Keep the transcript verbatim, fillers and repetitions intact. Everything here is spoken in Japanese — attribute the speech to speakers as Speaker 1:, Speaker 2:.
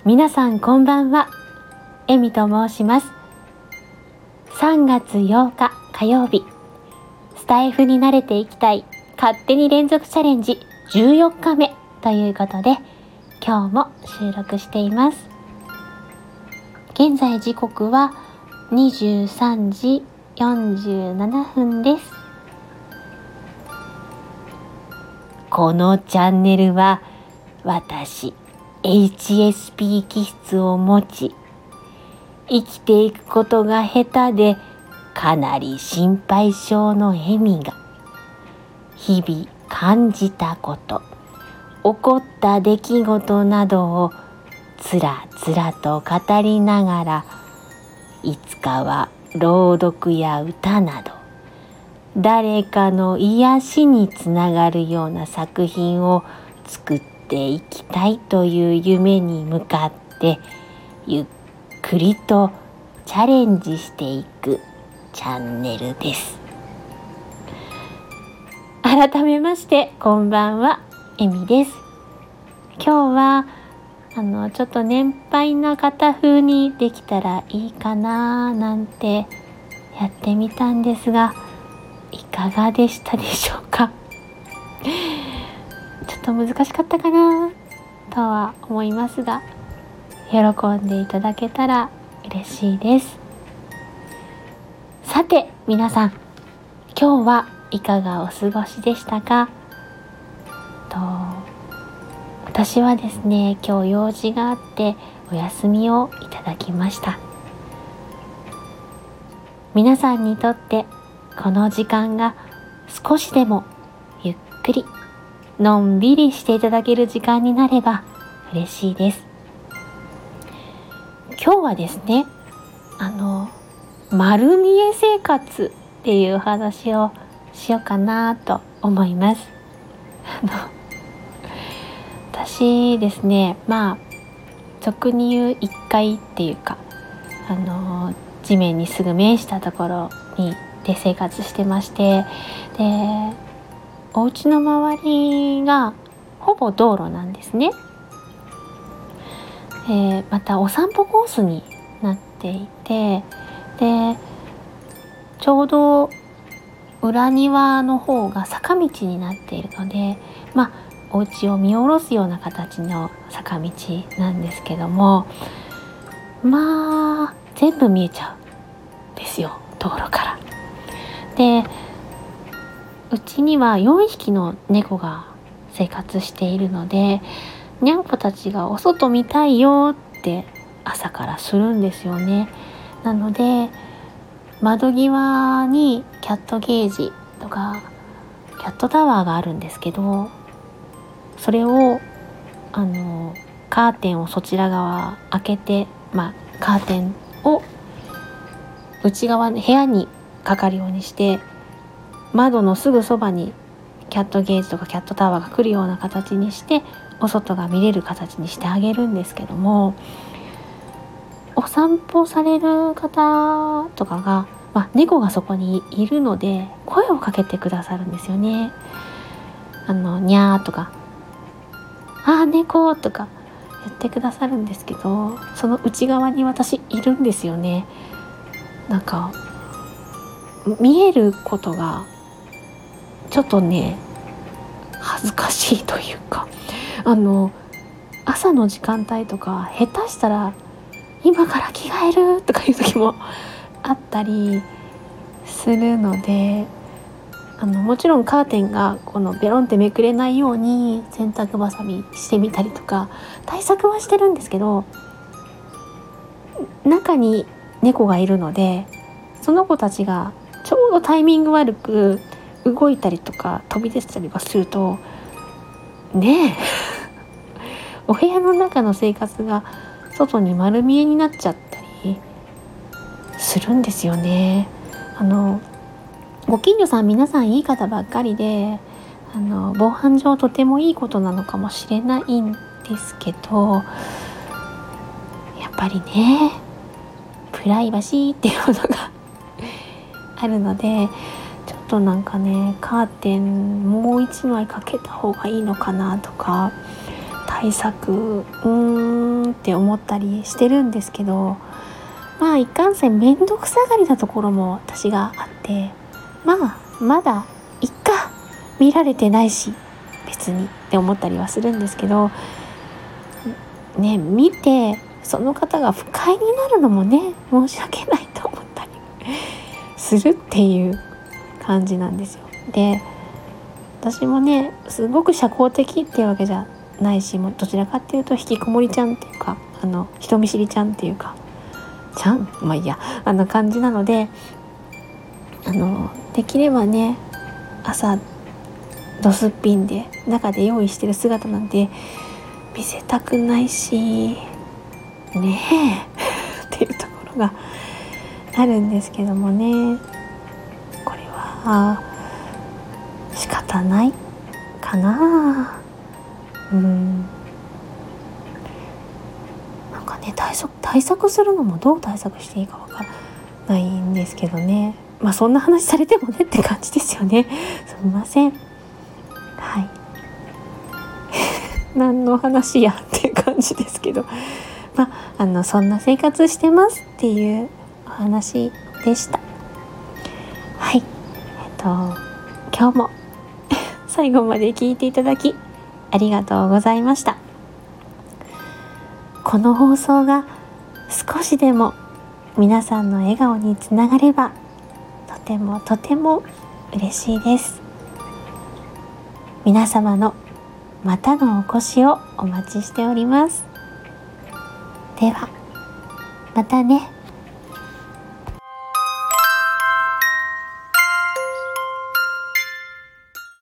Speaker 1: 皆さんこんばんは、えみと申します。さんがつようか火曜日、スタイフに慣れていきたい勝手に連続チャレンジじゅうよっかめということで、今日も収録しています。現在時刻はにじゅうさんじよんじゅうななふんです。このチャンネルは私 エイチエスピー 気質を持ち、生きていくことが下手でかなり心配性のエミが、日々感じたこと、起こった出来事などをつらつらと語りながら、いつかは朗読や歌など誰かの癒しにつながるような作品を作っていきたいという夢に向かってゆっくりとチャレンジしていくチャンネルです。改めましてこんばんは、えみです。今日はあのちょっと年配な方風にできたらいいかななんてやってみたんですが、いかがでしたでしょうか。ちょっと難しかったかなとは思いますが、喜んでいただけたら嬉しいです。さて皆さん、今日はいかがお過ごしでしたか。と私はですね、今日用事があってお休みをいただきました。皆さんにとってこの時間が少しでもゆっくりのんびりしていただける時間になれば嬉しいです。今日はですね、あの丸見え生活っていうお話をしようかなと思います。あの私ですね、まあ俗に言ういっかいっていうか、あの地面にすぐ面したところにで生活してまして、でお家の周りがほぼ道路なんですね。えー、またお散歩コースになっていて、でちょうど裏庭の方が坂道になっているので、まあお家を見下ろすような形の坂道なんですけども、まあ全部見えちゃうんですよ、道路から。でうちにはよんひきの猫が生活しているので、にゃんこたちがお外見たいよって朝からするんですよね。なので窓際にキャットゲージとかキャットタワーがあるんですけど、それをあのカーテンをそちら側開けて、まあカーテンを内側の部屋にかかるようにして、窓のすぐそばにキャットゲージとかキャットタワーが来るような形にして、お外が見れる形にしてあげるんですけども、お散歩される方とかが、まあ、猫がそこにいるので声をかけてくださるんですよね。あのにゃーとか、あー猫とか言ってくださるんですけど、その内側に私いるんですよね。なんか見えることがちょっとね恥ずかしいというか、あの朝の時間帯とか下手したら今から着替えるとかいう時もあったりするので、あのもちろんカーテンがこのベロンってめくれないように洗濯ばさみしてみたりとか対策はしてるんですけど、中に猫がいるので、その子たちがちょうどタイミング悪く動いたりとか飛び出したりはするとねえお部屋の中の生活が外に丸見えになっちゃったりするんですよね。あのご近所さん皆さんいい方ばっかりで、あの防犯上とてもいいことなのかもしれないんですけど、やっぱりねプライバシーっていうものがあるので、ちょっとなんかねカーテンもう一枚かけた方がいいのかなとか、対策うーんんって思ったりしてるんですけど、まあいかんせんめんどくさがりなところも私があって、まあまだいっか、見られてないし別にって思ったりはするんですけどね、見てその方が不快になるのもね、申し訳ないと思ったりするっていう感じなんですよ。で、私もねすごく社交的っていうわけじゃないし、もうどちらかっていうと引きこもりちゃんっていうか、あの人見知りちゃんっていうかちゃんまあいいや、あの感じなので、あのできればね朝ドスッピンで中で用意してる姿なんて見せたくないしねえっていうところがあるんですけどもね、これは仕方ないかな。うんなんかね、対策対策するのもどう対策していいかわからないんですけどね、まあそんな話されてもねって感じですよね。すみません。はい何の話やっていう感じですけど、まああのそんな生活してますっていうお話でした。はい、えっと今日も最後まで聞いていただきありがとうございました。この放送が少しでも皆さんの笑顔につながればとてもとても嬉しいです。皆様のまたのお越しをお待ちしております。ではまたね。